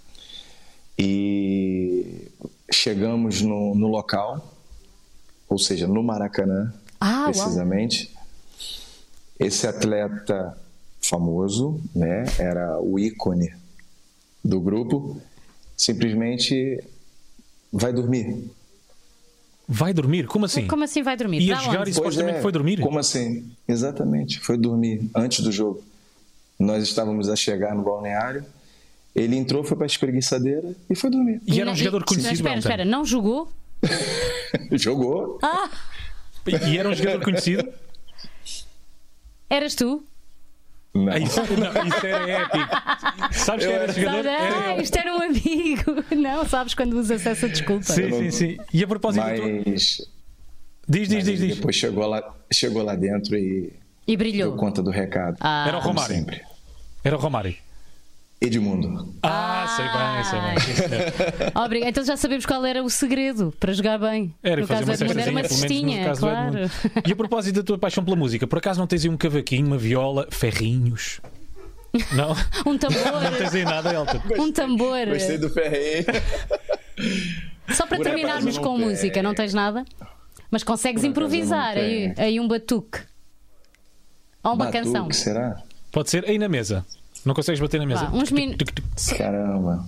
E chegamos no local, ou seja, no Maracanã, precisamente. Uau. Esse atleta famoso, né, era o ícone do grupo, simplesmente vai dormir. Vai dormir? Como assim? Como assim vai dormir? Ia jogar e supostamente foi dormir? Como assim? Exatamente, foi dormir antes do jogo. Nós estávamos a chegar no balneário, ele entrou, foi para a espreguiçadeira e foi dormir. E era um jogador conhecido? Espera, não jogou? Jogou. E era um jogador conhecido? Eras tu? Não. Isso era épico. Sabes que era jogador? Isto era um amigo. Não, sabes quando usas essa desculpa. Sim. E a propósito Diz. Depois chegou lá dentro e brilhou. deu conta do recado. Era o Romário. Sempre. Era o Romário. Edmundo. Sei bem. Obrigado. Então já sabemos qual era o segredo para jogar bem. Era no fazer caso uma do Edmundo, era uma cestinha, claro. E a propósito da tua paixão pela música, por acaso não tens aí um cavaquinho, uma viola, ferrinhos? Não? Um tambor. Não tens aí nada, Elton? Um tambor. Gostei do ferrinho. Só para terminarmos com música, não tens nada? Mas consegues improvisar aí um batuque. Ou uma canção. Será? Pode ser aí na mesa. Não consegues bater na mesa? Uns minutos. Caramba.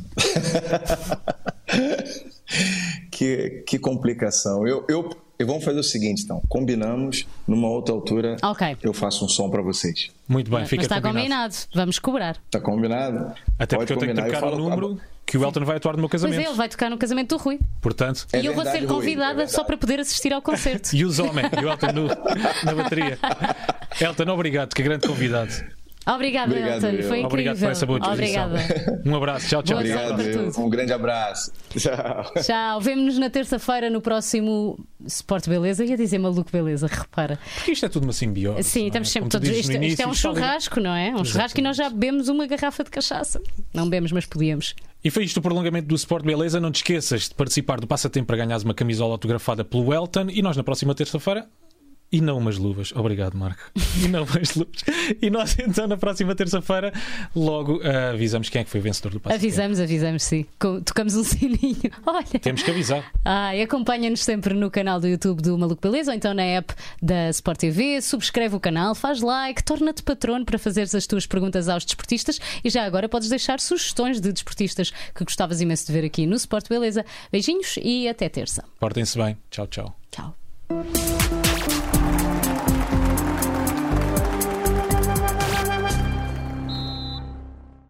que complicação. Vamos fazer o seguinte, então. Combinamos, numa outra altura, eu faço um som para vocês. Muito bem, fica combinado. Está combinado. Vamos cobrar. Está combinado? Até porque eu tenho que tocar o número que o Elton vai atuar no meu casamento. Pois é, ele vai tocar no casamento do Rui. Portanto, e eu vou ser convidada só para poder assistir ao concerto. E os homens, e o Elton na bateria. Elton, obrigado, que grande convidado. Obrigado, Elton. Foi incrível. Obrigado por essa boa disposição. Obrigada. Um abraço. Tchau. Obrigado, um grande abraço. Tchau. Vemo-nos na terça-feira no próximo Sport Beleza. Ia dizer Maluco Beleza, repara. Porque isto é tudo uma simbiose. Sim, estamos sempre todos. Isto é um churrasco, não é? Um churrasco e nós já bebemos uma garrafa de cachaça. Não bebemos, mas podíamos. E foi isto o prolongamento do Sport Beleza. Não te esqueças de participar do Passatempo para ganhares uma camisola autografada pelo Elton. E nós na próxima terça-feira. E não umas luvas. Obrigado, Marco. E não umas luvas. E nós então na próxima terça-feira logo avisamos quem é que foi o vencedor do Passatempo. Avisamos, sim. Tocamos um sininho. Olha. Temos que avisar. E acompanha-nos sempre no canal do YouTube do Maluco Beleza ou então na app da Sport TV. Subscreve o canal, faz like, torna-te patrono para fazeres as tuas perguntas aos desportistas e já agora podes deixar sugestões de desportistas que gostavas imenso de ver aqui no Sport Beleza. Beijinhos e até terça. Portem-se bem. Tchau. Tchau.